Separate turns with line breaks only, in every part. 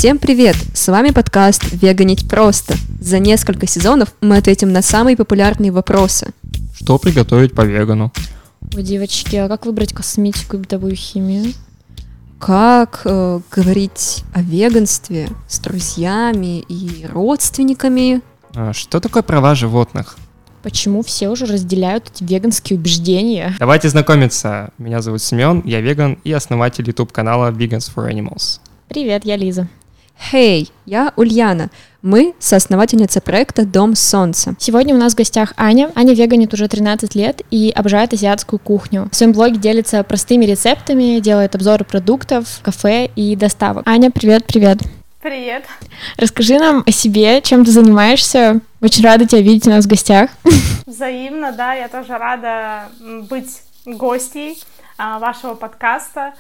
Всем привет! С вами подкаст «Веганить просто». За несколько сезонов мы ответим на самые популярные вопросы.
Что приготовить по вегану?
Ой, девочки, а как выбрать косметику и бытовую химию?
Как говорить о веганстве с друзьями и родственниками?
Что такое права животных?
Почему все уже разделяют эти веганские убеждения?
Давайте знакомиться. Меня зовут Семен, я веган и основатель YouTube-канала Vegans for Animals.
Привет, я Лиза.
Хей, я Ульяна. Мы соосновательница проекта «Дом солнца».
Сегодня у нас в гостях Аня. Аня веганит уже 13 лет и обожает азиатскую кухню. В своем блоге делится простыми рецептами, делает обзоры продуктов, кафе и доставок. Аня, привет-привет.
Привет.
Расскажи нам о себе, чем ты занимаешься. Очень рада тебя видеть у нас в гостях.
Взаимно, да, я тоже рада быть гостьей вашего подкаста.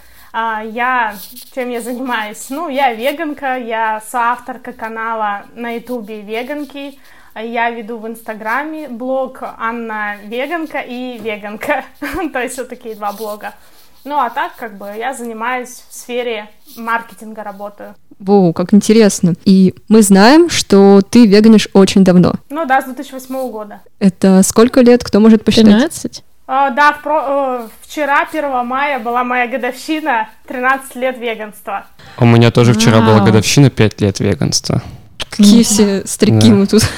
Чем я занимаюсь? Я веганка, я соавторка канала на ютубе «Веганки». Я веду в Инстаграме блог «Анна Веганка» и «Веганка». То есть вот такие два блога. А так, я занимаюсь в сфере маркетинга, работаю.
Воу, как интересно. И мы знаем, что ты веганишь очень давно.
Да, с 2008 года.
Это сколько лет? Кто может посчитать?
13?
Да, вчера, 1 мая, была моя годовщина, 13 лет веганства.
У меня тоже вчера была годовщина, 5 лет веганства.
Какие все старики мы тут.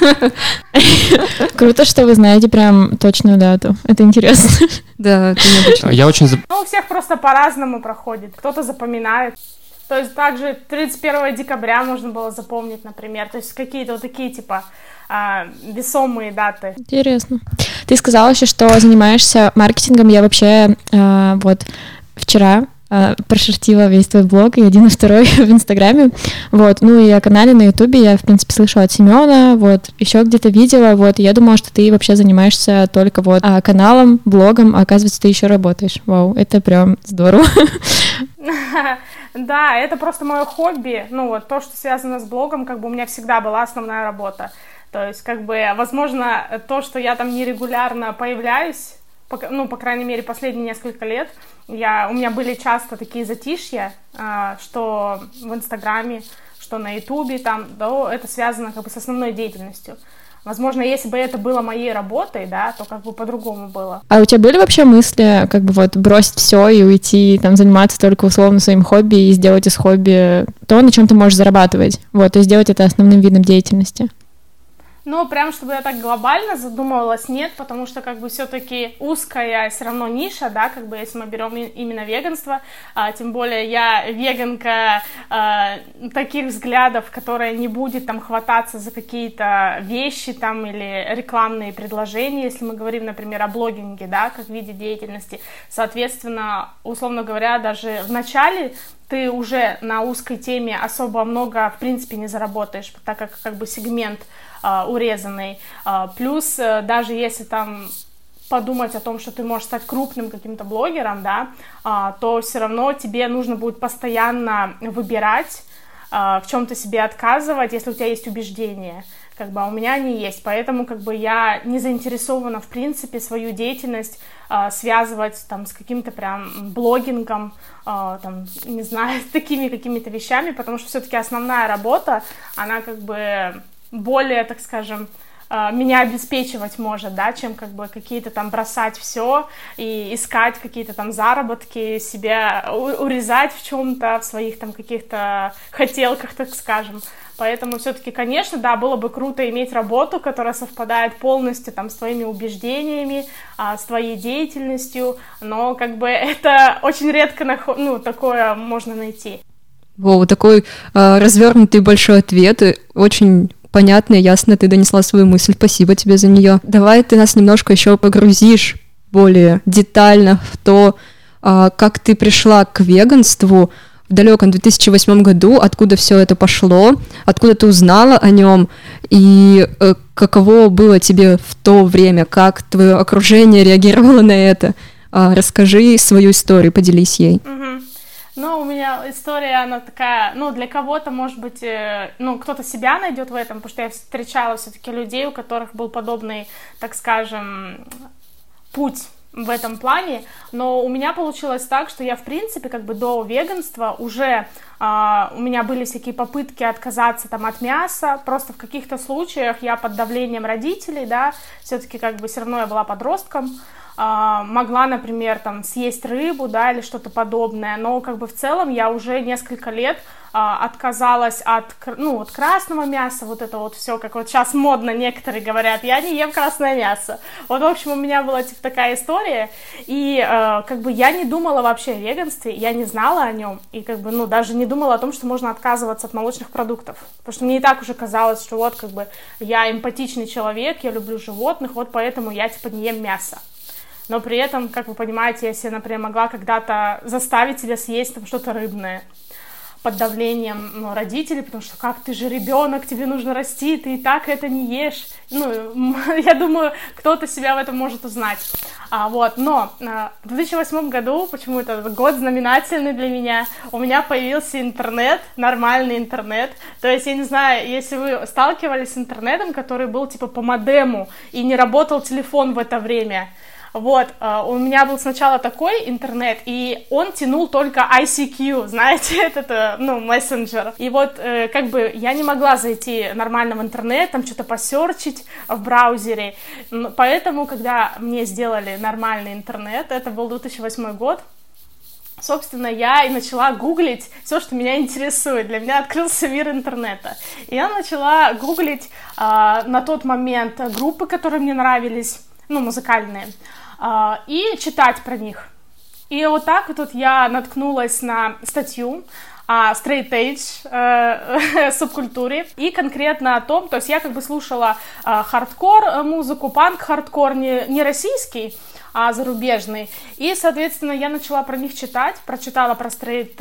Круто, что вы знаете прям точную дату. Это интересно.
Да, это необычно.
Я очень...
У всех просто по-разному проходит. Кто-то запоминает. То есть также 31 декабря можно было запомнить, например. То есть какие-то вот такие, весомые даты.
Интересно. Ты сказала еще, что занимаешься маркетингом. Я вообще вчера прошертила весь твой блог, и один, и второй в Инстаграме, и о канале на Ютубе я, в принципе, слышала от Семена, еще где-то видела, и я думала, что ты вообще занимаешься только каналом, блогом, а оказывается, ты еще работаешь. Вау, это прям здорово.
Да, это просто мое хобби, то, что связано с блогом, у меня всегда была основная работа. То есть, возможно, то, что я там нерегулярно появляюсь, по крайней мере, последние несколько лет, у меня были часто такие затишья, что в Инстаграме, что на Ютубе, это связано с основной деятельностью. Возможно, если бы это было моей работой, да, то по-другому было.
А у тебя были вообще мысли, бросить все и уйти, заниматься только условно своим хобби и сделать из хобби то, на чем ты можешь зарабатывать, и сделать это основным видом деятельности?
Прям, чтобы я так глобально задумывалась, нет, потому что, все-таки узкая все равно ниша, да, если мы берем именно веганство, тем более я веганка таких взглядов, которая не будет хвататься за какие-то вещи или рекламные предложения, если мы говорим, например, о блогинге, да, как виде деятельности, соответственно, условно говоря, даже в начале ты уже на узкой теме особо много, в принципе, не заработаешь, так как сегмент урезанный. Плюс, даже если подумать о том, что ты можешь стать крупным каким-то блогером, да, то все равно тебе нужно будет постоянно выбирать, в чем-то себе отказывать, если у тебя есть убеждения. А у меня они есть, поэтому я не заинтересована, в принципе, свою деятельность связывать с каким-то прям блогингом, не знаю, с такими какими-то вещами, потому что все-таки основная работа, она более, так скажем, меня обеспечивать может, да, чем какие-то бросать все и искать какие-то заработки, себя урезать в чем-то, в своих каких-то хотелках, так скажем. Поэтому все-таки, конечно, да, было бы круто иметь работу, которая совпадает полностью с твоими убеждениями, с твоей деятельностью, но это очень редко такое можно найти.
Воу, такой развернутый большой ответ, очень понятно и ясно ты донесла свою мысль, спасибо тебе за нее. Давай ты нас немножко еще погрузишь более детально в то, как ты пришла к веганству в далеком 2008 году, откуда все это пошло, откуда ты узнала о нем и каково было тебе в то время, как твое окружение реагировало на это. Расскажи свою историю, поделись ей.
У меня история, она такая, для кого-то, может быть, кто-то себя найдет в этом, потому что я встречала все-таки людей, у которых был подобный, так скажем, путь в этом плане, но у меня получилось так, что я, в принципе, как бы до веганства уже у меня были всякие попытки отказаться там от мяса, просто в каких-то случаях я под давлением родителей, да, все-таки как бы все равно я была подростком, могла, например, там съесть рыбу, да, или что-то подобное, но как бы в целом я уже несколько лет отказалась от красного мяса, вот это вот все, как вот сейчас модно некоторые говорят, я не ем красное мясо. Вот, в общем, у меня была типа такая история, и как бы я не думала вообще о веганстве, я не знала о нем, и как бы, даже не думала о том, что можно отказываться от молочных продуктов, потому что мне и так уже казалось, что вот как бы я эмпатичный человек, я люблю животных, вот поэтому я типа не ем мясо. Но при этом, как вы понимаете, я себе, например, могла когда-то заставить себя съесть там что-то рыбное под давлением родителей, потому что как ты же ребенок, тебе нужно расти, ты и так это не ешь. Я думаю, кто-то себя в этом может узнать. Но в 2008 году, почему это год знаменательный для меня, у меня появился интернет, нормальный интернет. То есть, я не знаю, если вы сталкивались с интернетом, который был типа по модему и не работал телефон в это время. Вот, у меня был сначала такой интернет, и он тянул только ICQ, знаете, этот, мессенджер. И вот, как бы, я не могла зайти нормально в интернет, там что-то посерчить в браузере. Поэтому, когда мне сделали нормальный интернет, это был 2008 год, собственно, я и начала гуглить все, что меня интересует. Для меня открылся мир интернета. И я начала гуглить на тот момент группы, которые мне нравились, музыкальные, и читать про них. И вот так вот я наткнулась на статью о straight edge субкультуре, и конкретно о том, то есть я как бы слушала хардкор музыку, панк-хардкор, не российский, а зарубежный, и, соответственно, я начала про них читать, прочитала про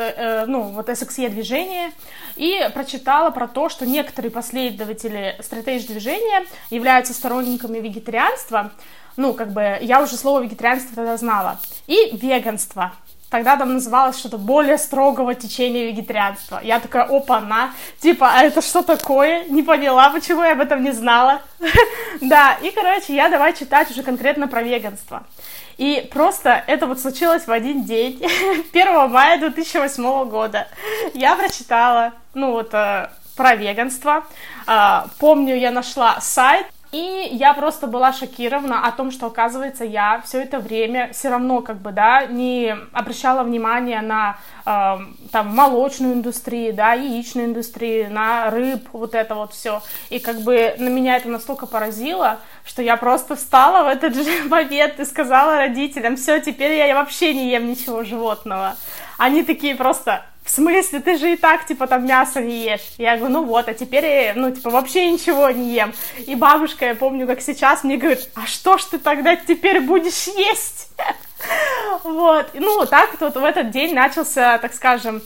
SXE движение, и прочитала про то, что некоторые последователи straight edge движения являются сторонниками вегетарианства. Я уже слово вегетарианство тогда знала. И веганство. Тогда там называлось что-то более строгого течения вегетарианства. Я такая, опа-на, а это что такое? Не поняла, почему я об этом не знала. Да, и, я давай читать уже конкретно про веганство. И просто это вот случилось в один день, 1 мая 2008 года. Я прочитала, про веганство. Помню, я нашла сайт, и я просто была шокирована о том, что, оказывается, я все это время все равно, не обращала внимания на, молочную индустрию, яичную индустрию, на рыб, вот это вот все. И, на меня это настолько поразило, что я просто встала в этот же момент и сказала родителям, все, теперь я вообще не ем ничего животного. Они такие просто... В смысле? Ты же и так, там мясо не ешь. Я говорю, а теперь я, вообще ничего не ем. И бабушка, я помню, как сейчас, мне говорит, а что ж ты тогда теперь будешь есть? Вот, так вот в этот день начался, так скажем,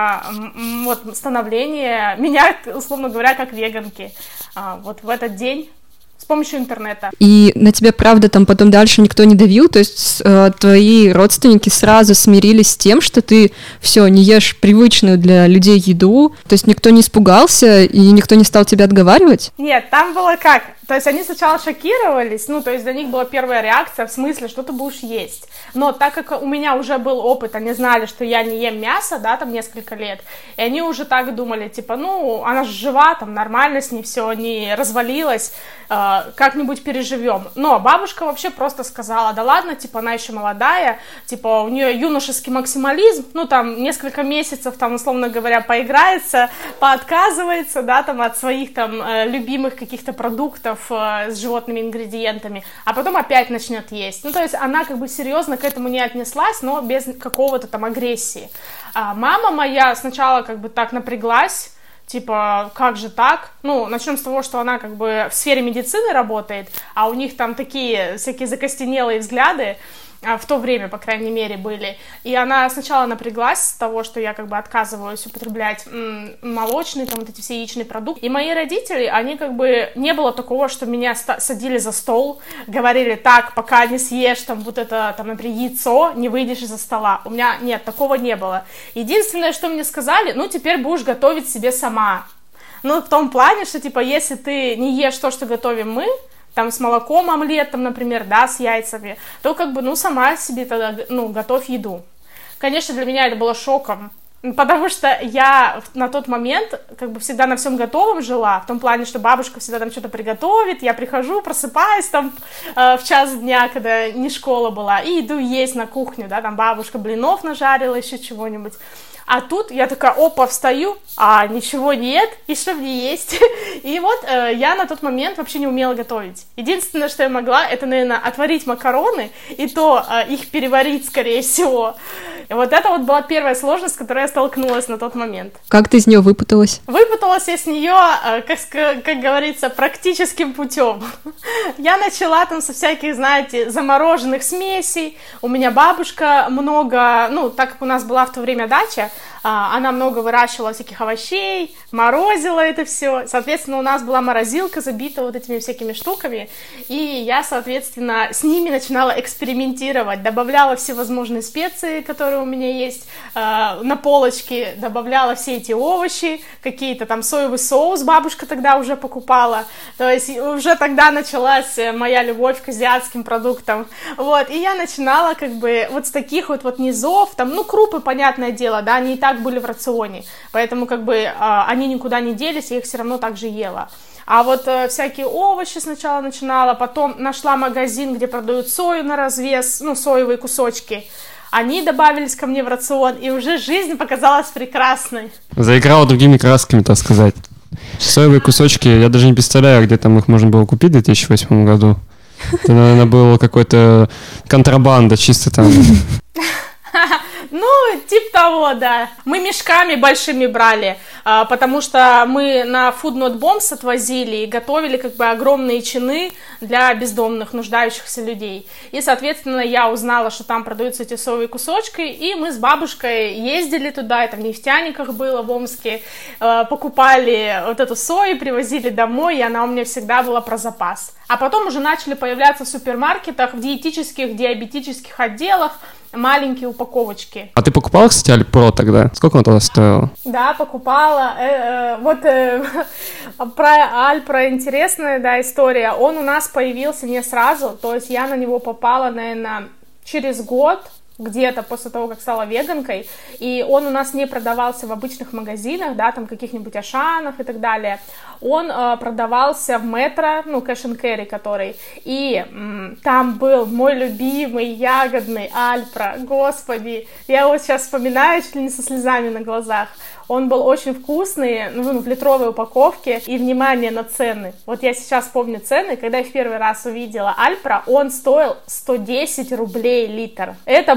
становление меня, условно говоря, как веганки. Вот в этот день с помощью интернета.
И на тебя, правда, там потом дальше никто не давил? То есть твои родственники сразу смирились с тем, что ты все не ешь привычную для людей еду? То есть никто не испугался и никто не стал тебя отговаривать?
Нет, там было как? То есть они сначала шокировались, то есть для них была первая реакция, в смысле, что ты будешь есть. Но так как у меня уже был опыт, они знали, что я не ем мясо, несколько лет, и они уже так думали, она же жива, нормально с ней все, не развалилась, как-нибудь переживем. Но бабушка вообще просто сказала, да ладно, она еще молодая, у нее юношеский максимализм, несколько месяцев, условно говоря, поиграется, поотказывается, от своих любимых каких-то продуктов, с животными ингредиентами, а потом опять начнет есть. То есть она серьезно к этому не отнеслась, но без какого-то агрессии. А мама моя сначала так напряглась, как же так? Начнем с того, что она в сфере медицины работает, а у них там такие всякие закостенелые взгляды, в то время, по крайней мере, были. И она сначала напряглась с того, что я отказываюсь употреблять молочные, вот эти все яичные продукты. И мои родители, они не было такого, что меня садили за стол, говорили, так, пока не съешь вот это, например, яйцо, не выйдешь из-за стола. У меня, нет, такого не было. Единственное, что мне сказали, теперь будешь готовить себе сама. В том плане, что, если ты не ешь то, что готовим мы, там с молоком омлет, там, например, да, с яйцами, то как бы, ну, сама себе тогда, ну, готовь еду. Конечно, для меня это было шоком, потому что я на тот момент как бы всегда на всем готовом жила, в том плане, что бабушка всегда там что-то приготовит, я прихожу, просыпаюсь там в час дня, когда не школа была, и иду есть на кухню, да, там бабушка блинов нажарила, еще чего-нибудь. А тут я такая, опа, встаю, а ничего нет, и что мне есть? И вот я на тот момент вообще не умела готовить. Единственное, что я могла, это, наверное, отварить макароны, и то их переварить, скорее всего. И вот это вот была первая сложность, с которой я столкнулась на тот момент.
Как ты из нее выпуталась?
Выпуталась я с нее, как говорится, практическим путем. Я начала там со всяких, знаете, замороженных смесей. У меня бабушка много, ну, так как у нас была в то время дача, она много выращивала всяких овощей, морозила это все. Соответственно, у нас была морозилка, забита вот этими всякими штуками. И я, соответственно, с ними начинала экспериментировать. Добавляла всевозможные специи, которые у меня есть на полочке. Добавляла все эти овощи, какие-то там соевый соус бабушка тогда уже покупала. То есть уже тогда началась моя любовь к азиатским продуктам. Вот. И я начинала как бы вот с таких вот низов, там, ну, крупы, понятное дело, да, они и так были в рационе, поэтому как бы они никуда не делись, я их все равно так же ела. А вот всякие овощи сначала начинала, потом нашла магазин, где продают сою на развес, ну, соевые кусочки. Они добавились ко мне в рацион, и уже жизнь показалась прекрасной.
Заиграла другими красками, так сказать. Соевые кусочки, я даже не представляю, где там их можно было купить в 2008 году. Это, наверное, было какой-то контрабанда чисто там.
Ну, типа того, да. Мы мешками большими брали, потому что мы на Food Not Bombs отвозили и готовили как бы огромные чины для бездомных, нуждающихся людей. И, соответственно, я узнала, что там продаются эти соевые кусочки, и мы с бабушкой ездили туда, это в Нефтяниках было, в Омске, покупали вот эту сою, привозили домой, и она у меня всегда была про запас. А потом уже начали появляться в супермаркетах, в диетических, диабетических отделах, маленькие упаковочки.
А ты покупала, кстати, Альпро тогда? Сколько он тогда стоил?
Да, покупала. Про Альпро интересная, да, история. Он у нас появился не сразу, то есть я на него попала, наверное, через год, где-то после того, как стала веганкой, и он у нас не продавался в обычных магазинах, да, там каких-нибудь Ашанах и так далее. Он продавался в Метро, ну, Cash and Carry, который, и там был мой любимый ягодный Альпро, господи, я его сейчас вспоминаю чуть ли не со слезами на глазах. Он был очень вкусный, ну, в литровой упаковке, и, внимание, на цены. Вот я сейчас помню цены, когда я в первый раз увидела Альпро, он стоил 110 рублей литр. Это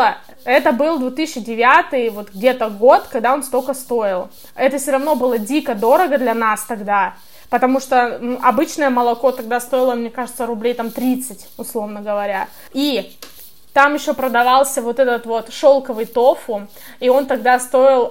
был 2009, вот где-то год, когда он столько стоил. Это все равно было дико дорого для нас тогда, потому что обычное молоко тогда стоило, мне кажется, рублей там 30, условно говоря. И там еще продавался вот этот вот шелковый тофу, и он тогда стоил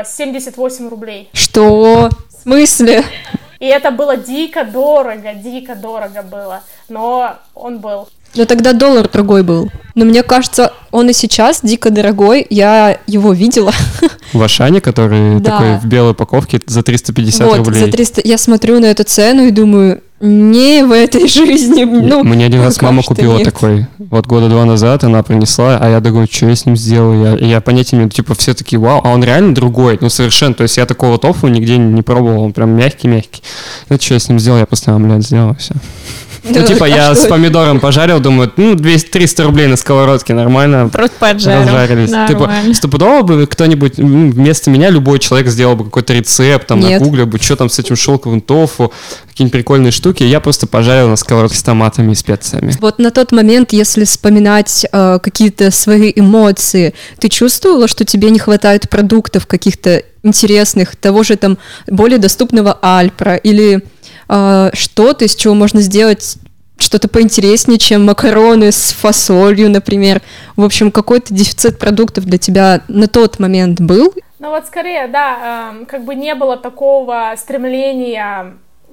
78 рублей.
Что? В смысле?
И это было дико дорого было, но он был.
Но тогда доллар другой был. Но мне кажется, он и сейчас дико дорогой. Я его видела.
В Ашане, который
Да.
такой в белой упаковке за 350
Вот,
рублей.
за 300. Я смотрю на эту цену и думаю, не в этой жизни. Ну,
Мне один раз мама
конечно,
купила
нет.
такой. Вот года 2 назад она принесла, а я думаю, что я с ним сделаю? Я понятия не имею. Типа все такие, вау, а он реально другой. Ну, совершенно. То есть я такого тофу нигде не пробовал. Он прям мягкий-мягкий. Это что я с ним сделал? Я просто омлет сделал, все. Ну,
Да,
типа,
а
я
что
с
это?
помидором пожарил, думаю, 300 рублей на сковородке, нормально.
Просто поджарил.
Разжарились. Типа,
Нормально.
стопудово бы кто-нибудь, вместо меня любой человек сделал бы какой-то рецепт, там,
Нет.
нагуглил бы, что там с этим шелковым тофу, какие-нибудь прикольные штуки. Я просто пожарил на сковородке с томатами и специями.
Вот на тот момент, если вспоминать какие-то свои эмоции, ты чувствовала, что тебе не хватает продуктов каких-то интересных, того же там более доступного Альпро, или что-то, из чего можно сделать что-то поинтереснее, чем макароны с фасолью, например. В общем, какой-то дефицит продуктов для тебя на тот момент был?
Ну вот скорее, да, как бы не было такого стремления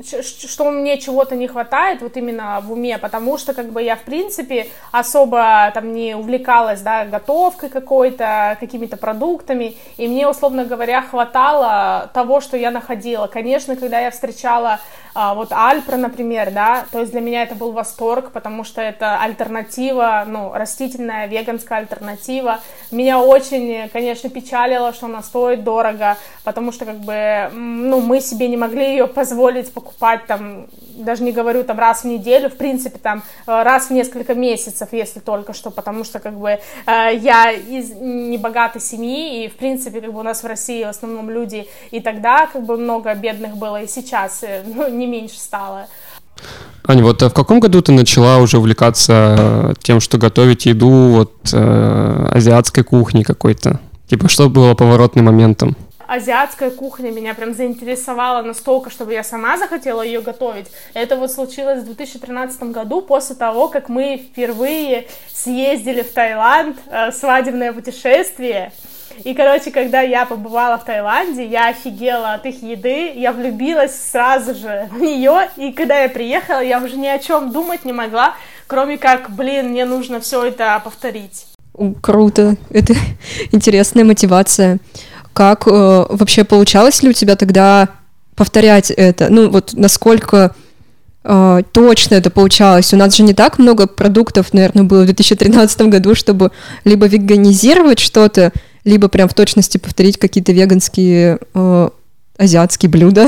что мне чего-то не хватает вот именно в уме, потому что как бы я, в принципе, особо там не увлекалась, да, готовкой какой-то, какими-то продуктами, и мне, условно говоря, хватало того, что я находила. Конечно, когда я встречала вот Альпра, например, да, то есть для меня это был восторг, потому что это альтернатива, ну, растительная, веганская альтернатива. Меня очень, конечно, печалило, что она стоит дорого, потому что, как бы, ну, мы себе не могли ее позволить покупать, там, даже не говорю, там, раз в неделю, в принципе, там, раз в несколько месяцев, если только что, потому что, как бы, я из небогатой семьи, и, в принципе, как бы, у нас в России в основном люди, и тогда, как бы, много бедных было, и сейчас, ну, не меньше стало.
Аня, вот в каком году ты начала уже увлекаться тем, что готовить еду вот азиатской кухни какой-то? Типа, что было поворотным моментом?
Азиатская кухня меня прям заинтересовала настолько, чтобы я сама захотела ее готовить. Это вот случилось в 2013 году, после того, как мы впервые съездили в Таиланд, свадебное путешествие. И, короче, когда я побывала в Таиланде, я офигела от их еды, я влюбилась сразу же в нее, и когда я приехала, я уже ни о чем думать не могла, кроме как, блин, мне нужно все это повторить.
Круто, это интересная мотивация. Как вообще получалось ли у тебя тогда повторять это? Ну, вот насколько точно это получалось? У нас же не так много продуктов, наверное, было в 2013 году, чтобы либо веганизировать что-то, либо прям в точности повторить какие-то веганские азиатские блюда.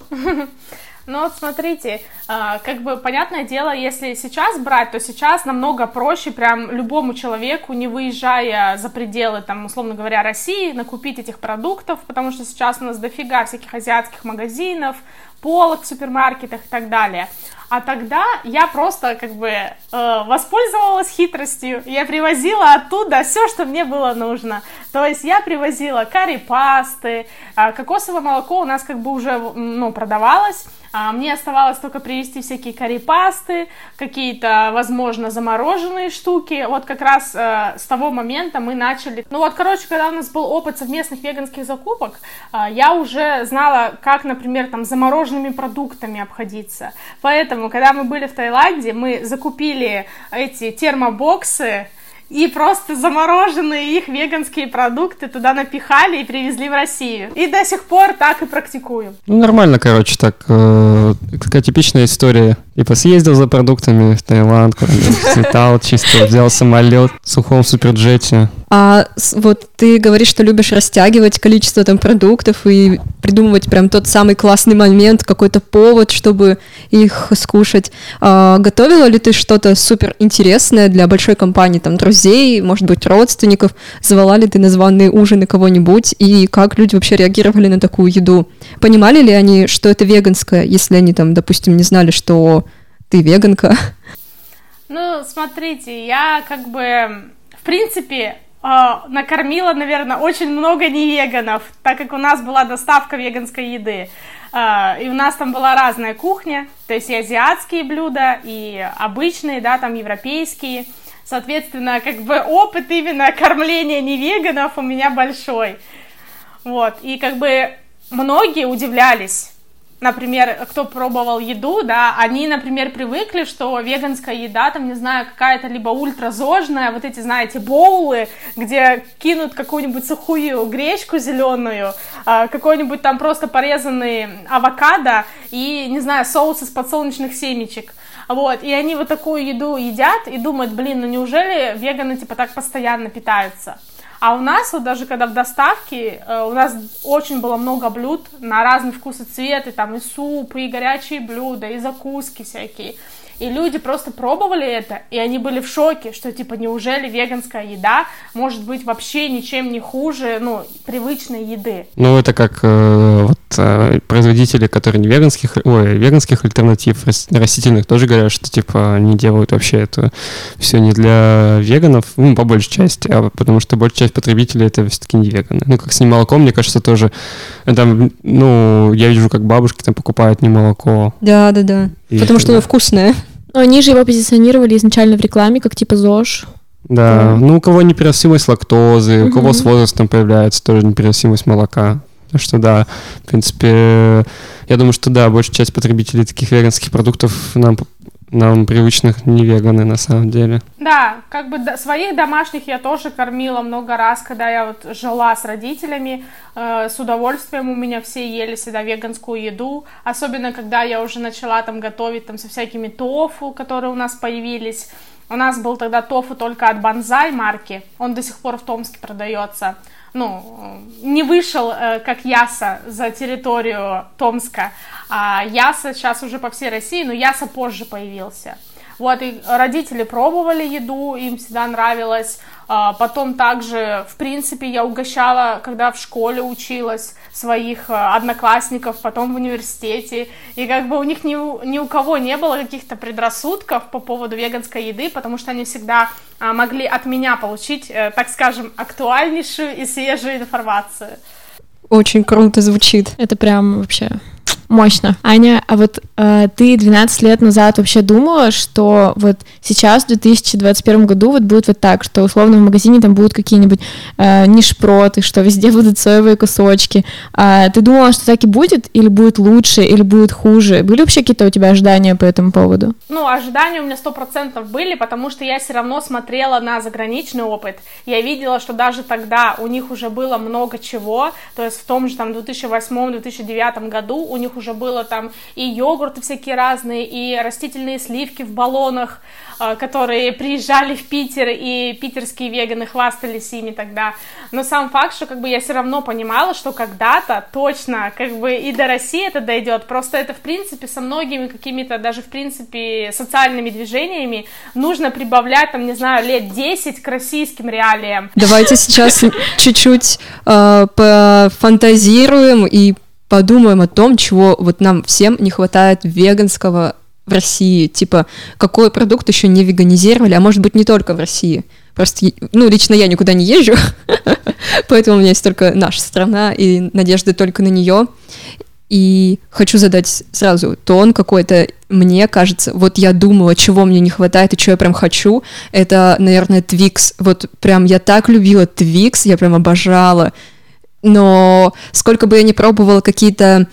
Ну вот смотрите, как бы понятное дело, если сейчас брать, то сейчас намного проще прям любому человеку, не выезжая за пределы, там, условно говоря, России, накупить этих продуктов, потому что сейчас у нас дофига всяких азиатских магазинов, полок в супермаркетах и так далее. А тогда я просто как бы воспользовалась хитростью. Я привозила оттуда все, что мне было нужно. То есть я привозила карри-пасты, кокосовое молоко у нас как бы уже продавалось. Мне оставалось только привезти всякие карри-пасты, какие-то, возможно, замороженные штуки. Вот как раз с того момента мы начали... Ну вот, короче, когда у нас был опыт совместных веганских закупок, я уже знала, как, например, там, замороженными продуктами обходиться. Поэтому, когда мы были в Таиланде, мы закупили эти термобоксы, и просто замороженные их веганские продукты туда напихали и привезли в Россию. И до сих пор так и практикуем.
Ну, нормально, короче, так. Такая типичная история. Типа съездил за продуктами в Таиланд, слетал чисто, взял самолет в сухом суперджете.
А вот ты говоришь, что любишь растягивать количество там продуктов и придумывать прям тот самый классный момент, какой-то повод, чтобы их скушать. Готовила ли ты что-то супер интересное для большой компании, там, друзей, может быть, родственников? Звала ли ты на званые ужины кого-нибудь? И как люди вообще реагировали на такую еду? Понимали ли они, что это веганское, если они там, допустим, не знали, что ты веганка?
Ну, смотрите, я как бы, в принципе, накормила, наверное, очень много невеганов, так как у нас была доставка веганской еды. И у нас там была разная кухня, то есть и азиатские блюда, и обычные, да, там европейские. Соответственно, как бы опыт именно кормления невеганов у меня большой. Вот, и как бы многие удивлялись. Например, кто пробовал еду, да, они, например, привыкли, что веганская еда, там, не знаю, какая-то либо ультразожная, вот эти, знаете, боулы, где кинут какую-нибудь сухую гречку зеленую, какой-нибудь там просто порезанный авокадо и, не знаю, соус из подсолнечных семечек. Вот, и они вот такую еду едят и думают, блин, ну неужели веганы, типа, так постоянно питаются? А у нас вот даже когда в доставке, у нас очень было много блюд на разный вкус и цвет, и там и супы, и горячие блюда, и закуски всякие. И люди просто пробовали это, и они были в шоке, что, типа, неужели веганская еда может быть вообще ничем не хуже, ну, привычной еды.
Ну, это как производители, которые не веганских альтернатив, растительных, тоже говорят, что, типа, они делают вообще это все не для веганов, ну, по большей части, а потому что большая часть потребителей это все-таки не веганы. Ну, как с немолоком, мне кажется, тоже, там, ну, я вижу, как бабушки там покупают немолоко.
Да. Потому что оно вкусное.
Но они же его позиционировали изначально в рекламе, как типа ЗОЖ.
Да, ну у кого непереносимость лактозы, у кого с возрастом появляется тоже непереносимость молока. Так что да, в принципе, я думаю, что да, большая часть потребителей таких веганских продуктов нам привычных не веганы на самом деле.
Да, как бы своих домашних я тоже кормила много раз, когда я вот жила с родителями, с удовольствием у меня все ели всегда веганскую еду, особенно когда я уже начала там готовить там со всякими тофу, которые у нас появились. У нас был тогда тофу только от Банзай марки, он до сих пор в Томске продается. Не вышел как Яса за территорию Томска, а Яса сейчас уже по всей России, но Яса позже появился. Вот, и родители пробовали еду, им всегда нравилось. Потом также, в принципе, я угощала, когда в школе училась, своих одноклассников, потом в университете. И как бы у них ни у кого не было каких-то предрассудков по поводу веганской еды, потому что они всегда могли от меня получить, так скажем, актуальнейшую и свежую информацию.
Очень круто звучит.
Это прям вообще... Мощно. Аня, а вот ты 12 лет назад вообще думала, что вот сейчас, в 2021 году, вот будет вот так, что условно в магазине там будут какие-нибудь нишпроты, что везде будут соевые кусочки. Ты думала, что так и будет? Или будет лучше, или будет хуже? Были вообще какие-то у тебя ожидания по этому поводу?
Ожидания у меня 100% были, потому что я все равно смотрела на заграничный опыт. Я видела, что даже тогда у них уже было много чего, то есть в том же там 2008-2009 году у них уже было там и йогурты всякие разные, и растительные сливки в баллонах, которые приезжали в Питер, и питерские веганы хвастались ими тогда. Но сам факт, что как бы я все равно понимала, что когда-то точно как бы и до России это дойдет. Просто это в принципе со многими какими-то даже в принципе социальными движениями нужно прибавлять там, не знаю, лет 10 к российским реалиям.
Давайте сейчас чуть-чуть пофантазируем и подумаем о том, чего вот нам всем не хватает веганского в России. Типа, какой продукт еще не веганизировали, а может быть не только в России. Просто, лично я никуда не езжу, поэтому у меня есть только наша страна и надежды только на нее. И хочу задать сразу тон какой-то, мне кажется, вот я думала, чего мне не хватает и что я прям хочу, это, наверное, Twix. Вот прям я так любила Twix, я прям обожала. Но сколько бы я ни пробовала какие-то,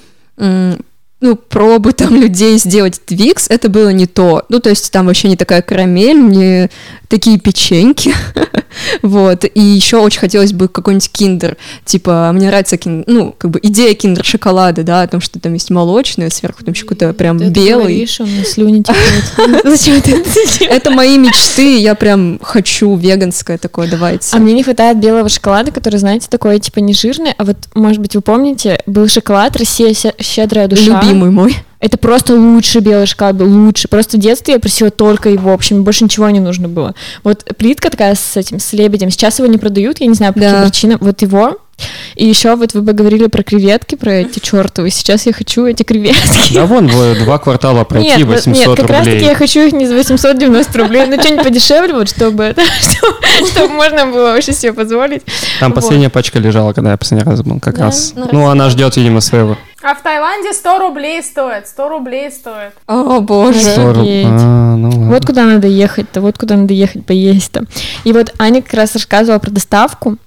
пробы там людей сделать Twix, это было не то. То есть там вообще не такая карамель, не такие печеньки. Вот. И еще очень хотелось бы какой-нибудь киндер. Типа, мне нравится, идея киндер-шоколада, да, о том, что там есть молочное, сверху там еще какой-то прям белый. Ты
говоришь, у меня слюни текут. Зачем ты это делаешь?
Это мои мечты, я прям хочу веганское такое, давайте.
А мне не хватает белого шоколада, который, знаете, такой, типа, не жирный, а вот, может быть, вы помните, был шоколад «Россия щедрая душа».
Любимый мой.
Это просто лучший белый шоколад был, лучший. Просто в детстве я просила только его, в общем, больше ничего не нужно было. Вот плитка такая с лебедем, сейчас его не продают, я не знаю, по каким причинам, вот его. И еще вот вы бы говорили про креветки, про эти чертовы, сейчас я хочу эти креветки.
Да вон, 2 квартала пройти, 800 рублей.
Нет, как раз таки я хочу их не за 890 рублей, но что-нибудь подешевле, вот, чтобы можно было вообще себе позволить.
Там последняя пачка лежала, когда я последний раз был, как раз. Она ждет, видимо, своего.
А в Таиланде 100 рублей стоит, 100 рублей стоит.
О, боже.
Вот куда надо ехать-то, вот куда надо ехать поесть-то. И вот Аня как раз рассказывала про доставку,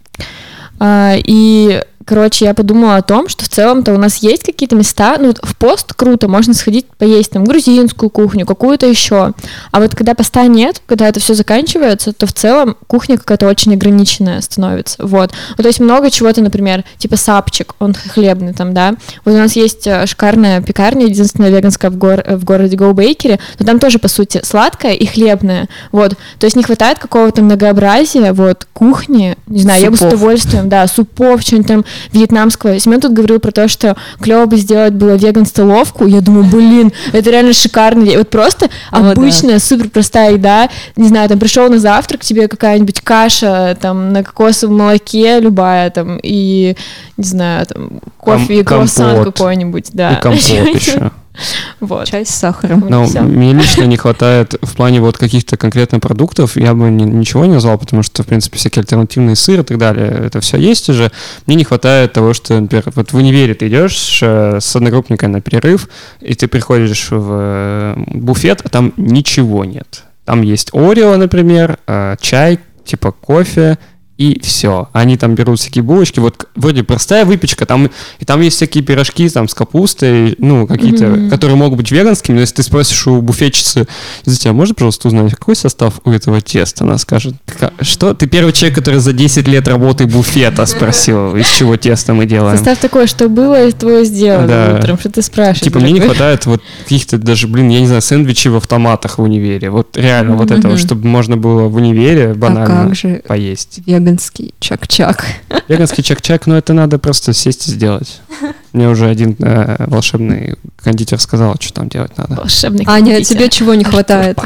и, короче, я подумала о том, что в целом-то у нас есть какие-то места, вот в пост круто, можно сходить поесть там грузинскую кухню, какую-то еще, а вот когда поста нет, когда это все заканчивается, то в целом кухня какая-то очень ограниченная становится, вот то есть много чего-то, например, типа сапчик, он хлебный там, да, вот у нас есть шикарная пекарня, единственная веганская в городе Go Bakery, но там тоже, по сути, сладкая и хлебная, вот, то есть не хватает какого-то многообразия, вот, кухни, не знаю, супов. Я бы с удовольствием, да, супов, что-нибудь там вьетнамского. Семен тут говорил про то, что клево бы сделать было веган-столовку. Я думаю, это реально шикарно. Вот просто обычная, супер простая еда. Не знаю, там пришел на завтрак, тебе какая-нибудь каша там на кокосовом молоке любая, там, и, не знаю, там, кофе и круассан какой-нибудь, да.
И компот еще.
Вот.
Чай с сахаром.
Но мне лично не хватает в плане вот каких-то конкретных продуктов, я бы ничего не назвал, потому что, в принципе, всякие альтернативные сыры и так далее, это все есть уже. Мне не хватает того, что, например, вот в универе ты идешь с одногруппником на перерыв, и ты приходишь в буфет, а там ничего нет. Там есть Орео, например, чай, типа кофе и все. Они там берут всякие булочки, вот вроде простая выпечка, там есть всякие пирожки там с капустой, ну, какие-то, которые могут быть веганскими, но если ты спросишь у буфетчицы, извините, а можно, пожалуйста, узнать, какой состав у этого теста? Она скажет, что? Ты первый человек, который за 10 лет работы буфета спросил, из чего тесто мы делаем.
Состав такой, что было, твое сделали утром, что ты спрашиваешь.
Типа мне не хватает вот каких-то даже, я не знаю, сэндвичей в автоматах в универе. Вот реально вот этого, чтобы можно было в универе банально поесть.
Веганский чак-чак.
Веганский чак-чак, но это надо просто сесть и сделать. Мне уже один волшебный кондитер сказал, что там делать надо.
Волшебный
кондитер. Аня, тебе чего не хватает?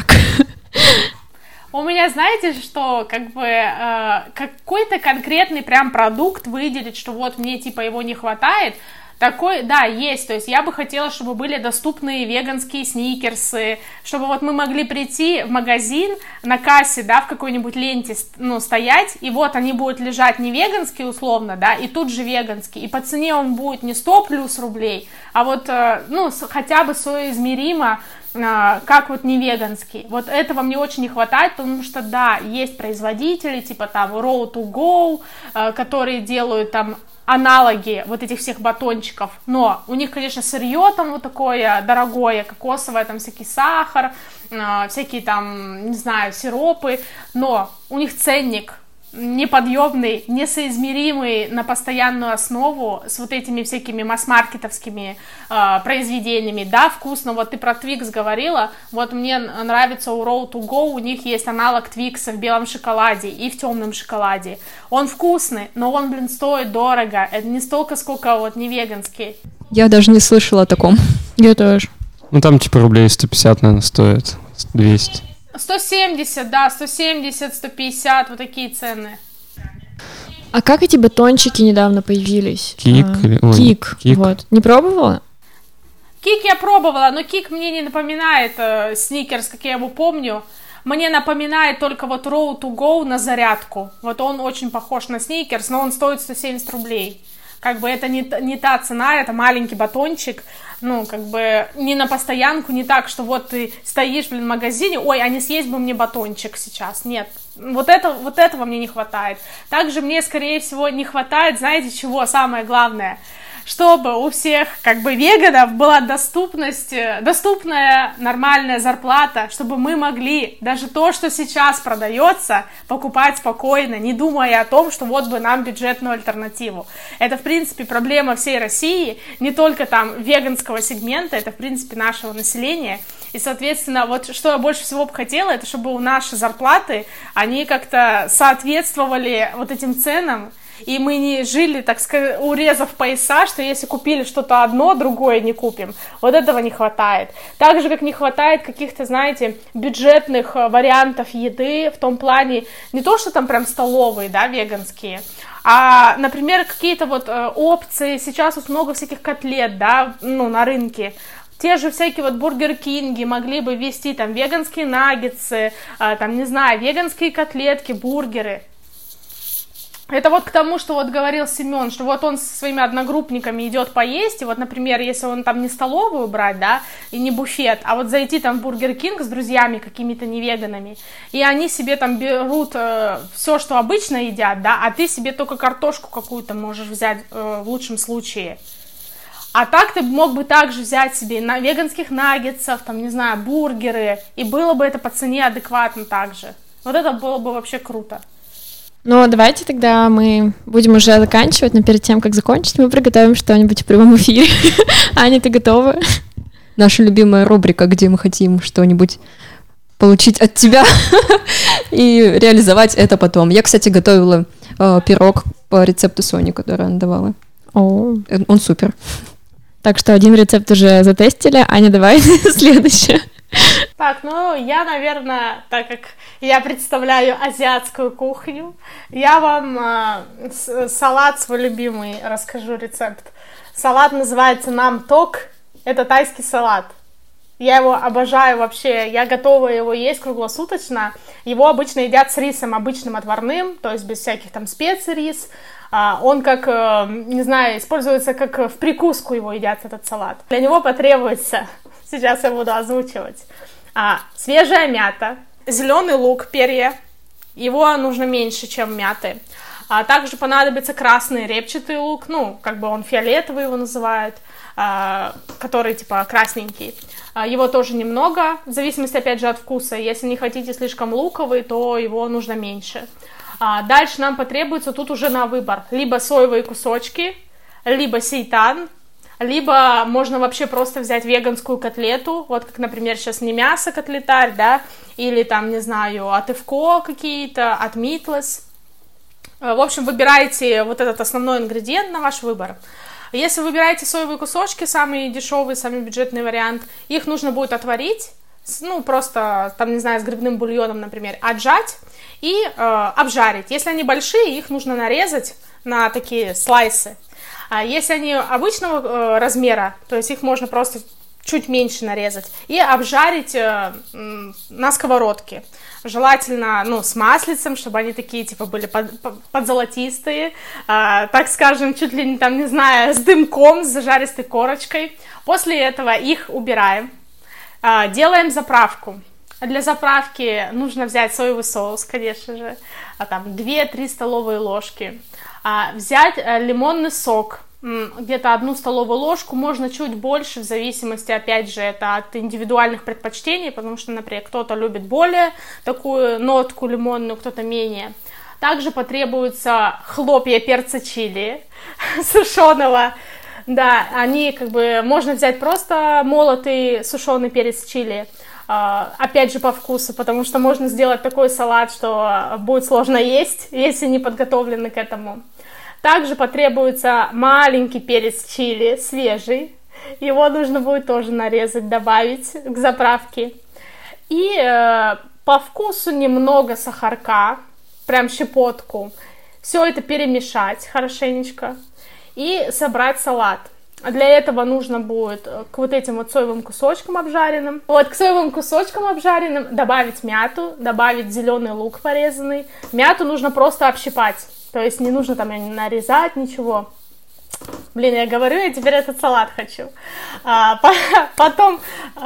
У меня, знаете, что как бы какой-то конкретный прям продукт выделить, что вот мне типа его не хватает, такой, да, есть, то есть я бы хотела, чтобы были доступные веганские сникерсы, чтобы вот мы могли прийти в магазин на кассе, да, в какой-нибудь ленте, ну, стоять, и вот они будут лежать не веганские условно, да, и тут же веганские, и по цене он будет не 100 плюс рублей, а вот, ну, хотя бы соизмеримо, как вот не веганский. Вот этого мне очень не хватает, потому что, да, есть производители, типа там Road to Go, которые делают там аналоги вот этих всех батончиков, но у них, конечно, сырье там вот такое дорогое, кокосовое, там всякий сахар, всякие там, не знаю, сиропы, но у них ценник неподъемный, несоизмеримый на постоянную основу с вот этими всякими масс-маркетовскими произведениями, да, вкусно, вот ты про Twix говорила, вот мне нравится у Road to Go, у них есть аналог Twix в белом шоколаде и в темном шоколаде, он вкусный, но он, блин, стоит дорого, это не столько, сколько вот не веганский.
Я даже не слышала о таком.
Я тоже.
Ну там типа рублей 150, наверное, стоит, 200.
170, да, 170, 150, вот такие цены.
А как эти батончики недавно появились?
Кик?
Кик, вот. Не пробовала?
Кик я пробовала, но Кик мне не напоминает Сникерс, как я его помню. Мне напоминает только вот Road to Go на зарядку. Вот он очень похож на Сникерс, но он стоит 170 рублей. Как бы это не та цена, это маленький батончик, ну, как бы не на постоянку, не так, что вот ты стоишь, блин, в магазине, ой, а не съесть бы мне батончик сейчас, нет, вот этого мне не хватает. Также мне, скорее всего, не хватает, знаете чего, самое главное, чтобы у всех, как бы, веганов была доступная нормальная зарплата, чтобы мы могли даже то, что сейчас продается, покупать спокойно, не думая о том, что вот бы нам бюджетную альтернативу. Это, в принципе, проблема всей России, не только там веганского сегмента, это, в принципе, нашего населения. И, соответственно, вот что я больше всего бы хотела, это чтобы наши зарплаты, они как-то соответствовали вот этим ценам, и мы не жили, так сказать, урезав пояса, что если купили что-то одно, другое не купим. Вот этого не хватает. Так же, как не хватает каких-то, знаете, бюджетных вариантов еды, в том плане, не то, что там прям столовые, да, веганские, а, например, какие-то вот опции, сейчас вот много всяких котлет, да, ну, на рынке. Те же всякие вот Бургер Кинги могли бы ввести там веганские наггетсы, там, не знаю, веганские котлетки, бургеры. Это вот к тому, что вот говорил Семен, что вот он со своими одногруппниками идет поесть, и вот, например, если он там не столовую брать, да, и не буфет, а вот зайти там в Бургер Кинг с друзьями какими-то невеганами, и они себе там берут все, что обычно едят, да, а ты себе только картошку какую-то можешь взять в лучшем случае. А так ты мог бы также взять себе веганских наггетсов, там, не знаю, бургеры, и было бы это по цене адекватно также. Вот это было бы вообще круто.
Ну, давайте тогда мы будем уже заканчивать, но перед тем, как закончить, мы приготовим что-нибудь в прямом эфире. Аня, ты готова?
Наша любимая рубрика, где мы хотим что-нибудь получить от тебя и реализовать это потом. Я, кстати, готовила пирог по рецепту Сони, который она давала. Он супер.
Так что один рецепт уже затестили. Аня, давай следующее.
Так, ну, я, наверное, так как я представляю азиатскую кухню, я вам салат свой любимый расскажу рецепт. Салат называется нам-ток, это тайский салат. Я его обожаю вообще, я готова его есть круглосуточно. Его обычно едят с рисом обычным отварным, то есть без всяких там специй рис. Он как, не знаю, используется как в прикуску его едят этот салат. Для него потребуется, сейчас я буду озвучивать, свежая мята, зеленый лук, перья, его нужно меньше, чем мяты. А также понадобится красный репчатый лук, ну, как бы он фиолетовый его называют, который типа красненький. Его тоже немного, в зависимости, опять же, от вкуса. Если не хотите слишком луковый, то его нужно меньше. Дальше нам потребуется тут уже на выбор либо соевые кусочки, либо сейтан, либо можно вообще просто взять веганскую котлету, вот как, например, сейчас не мясо котлетарь, да, или там, не знаю, от Эвко какие-то, от Meatless. В общем, выбирайте вот этот основной ингредиент на ваш выбор. Если выбираете соевые кусочки, самый дешевый, самый бюджетный вариант, их нужно будет отварить, ну, просто, там, не знаю, с грибным бульоном, например, отжать и обжарить. Если они большие, их нужно нарезать на такие слайсы. А если они обычного размера, то есть их можно просто чуть меньше нарезать и обжарить на сковородке. Желательно, ну, с маслицем, чтобы они такие, типа, были подзолотистые, так скажем, чуть ли не, там, не знаю, с дымком, с зажаристой корочкой. После этого их убираем, делаем заправку. Для заправки нужно взять соевый соус, конечно же, там 2-3 столовые ложки, взять лимонный сок, где-то 1 столовую ложку, можно чуть больше, в зависимости, опять же, это от индивидуальных предпочтений, потому что, например, кто-то любит более такую нотку лимонную, кто-то менее. Также потребуются хлопья перца чили сушеного, да, они как бы, можно взять просто молотый сушеный перец чили, опять же по вкусу, потому что можно сделать такой салат, что будет сложно есть, если не подготовлены к этому. Также потребуется маленький перец чили, свежий. Его нужно будет тоже нарезать, добавить к заправке. И по вкусу немного сахарка, прям щепотку. Все это перемешать хорошенечко и собрать салат. Для этого нужно будет к вот этим вот соевым кусочкам обжаренным. Вот к соевым кусочкам обжаренным добавить мяту, добавить зеленый лук порезанный. Мяту нужно просто общипать. То есть не нужно там нарезать ничего. Блин, я говорю, я теперь этот салат хочу. Потом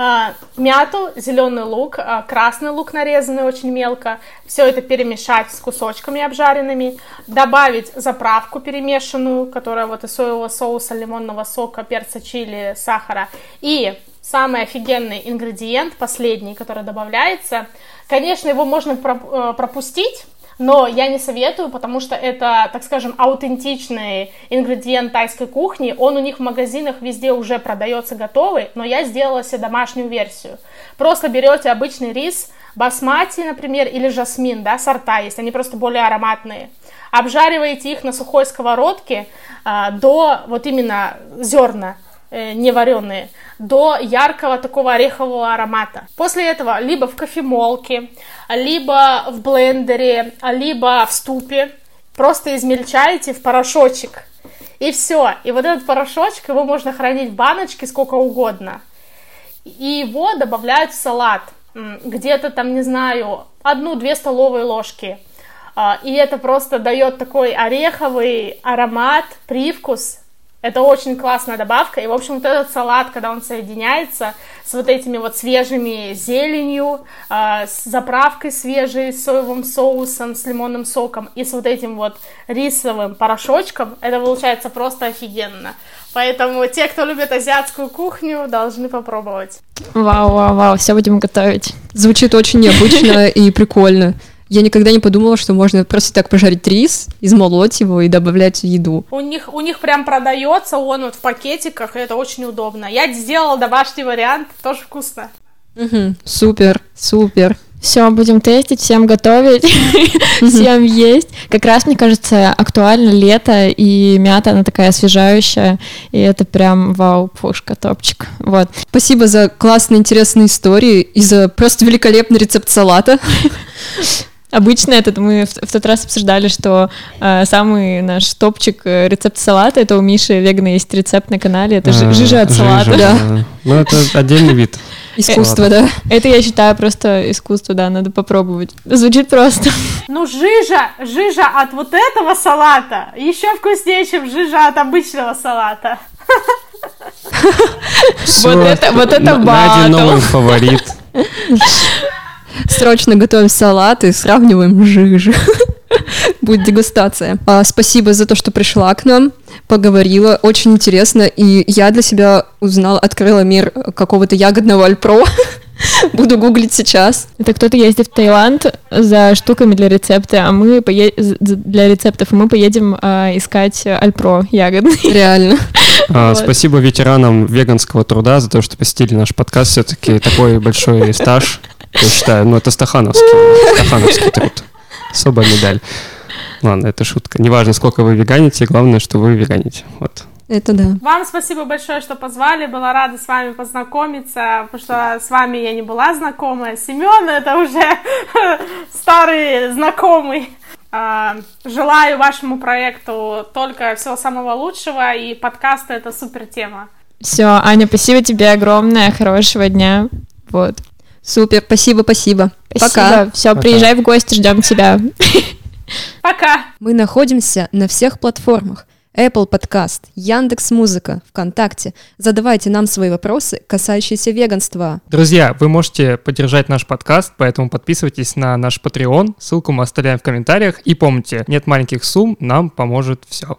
мяту, зеленый лук, красный лук нарезанный очень мелко. Все это перемешать с кусочками обжаренными. Добавить заправку перемешанную, которая вот из соевого соуса, лимонного сока, перца чили, сахара. И самый офигенный ингредиент, последний, который добавляется. Конечно, его можно пропустить, но я не советую, потому что это, так скажем, аутентичный ингредиент тайской кухни. Он у них в магазинах везде уже продается готовый, но я сделала себе домашнюю версию. Просто берете обычный рис, басмати, например, или жасмин, да, сорта есть, они просто более ароматные. Обжариваете их на сухой сковородке до вот именно зерна, не вареные, до яркого такого орехового аромата. После этого либо в кофемолке, либо в блендере, либо в ступе просто измельчаете в порошочек. И все. И вот этот порошочек, его можно хранить в баночке сколько угодно. И его добавляют в салат. Где-то там, не знаю, 1-2 столовые ложки. И это просто дает такой ореховый аромат, привкус. Это очень классная добавка. И, в общем, вот этот салат, когда он соединяется с вот этими вот свежими зеленью, с заправкой свежей, с соевым соусом, с лимонным соком и с вот этим вот рисовым порошочком, это получается просто офигенно. Поэтому те, кто любит азиатскую кухню, должны попробовать.
Вау, все будем готовить.
Звучит очень необычно и прикольно. Я никогда не подумала, что можно просто так пожарить рис, измолоть его и добавлять в еду.
У них прям продается он вот в пакетиках, и это очень удобно. Я сделала домашний вариант, тоже вкусно.
Супер.
Все, будем тестить, всем готовить, всем есть. Как раз, мне кажется, актуально лето, и мята, она такая освежающая, и это прям вау, пушка, топчик. Вот.
Спасибо за классные, интересные истории и за просто великолепный рецепт салата.
Обычно мы в тот раз обсуждали, что самый наш топчик рецепт салата, это у Миши вегана есть рецепт на канале, это жижа от салата.
Да. Ну, это отдельный вид.
Искусство, да.
Это, я считаю, просто искусство, да, надо попробовать. Звучит просто.
Ну, жижа от вот этого салата еще вкуснее, чем жижа от обычного салата.
Вот это батл.
Надя новый фаворит.
Срочно готовим салат и сравниваем жижи. Будет дегустация. Спасибо за то, что пришла к нам, поговорила. Очень интересно. И я для себя узнала, открыла мир какого-то ягодного альпро. Буду гуглить сейчас.
Это кто-то ездит в Таиланд за штуками для рецепта, для рецептов, а мы поедем искать альпро ягодный.
Реально.
Спасибо ветеранам веганского труда за то, что посетили наш подкаст. Все-таки такой большой стаж, я считаю. Это стахановский труд. Особая медаль. Ладно, это шутка. Неважно, сколько вы веганите, главное, что вы веганите. Вот.
Это да.
Вам спасибо большое, что позвали. Была рада с вами познакомиться, потому что с вами я не была знакома. Семен — это уже старый знакомый. Желаю вашему проекту только всего самого лучшего, и подкасты — это супер тема.
Все, Аня, спасибо тебе огромное, хорошего дня. Вот.
Супер, спасибо. Пока.
Все, приезжай в гости, ждем тебя.
Пока.
Мы находимся на всех платформах. Apple Podcast, Яндекс.Музыка, ВКонтакте. Задавайте нам свои вопросы, касающиеся веганства.
Друзья, вы можете поддержать наш подкаст, поэтому подписывайтесь на наш Patreon. Ссылку мы оставляем в комментариях. И помните, нет маленьких сумм, нам поможет все.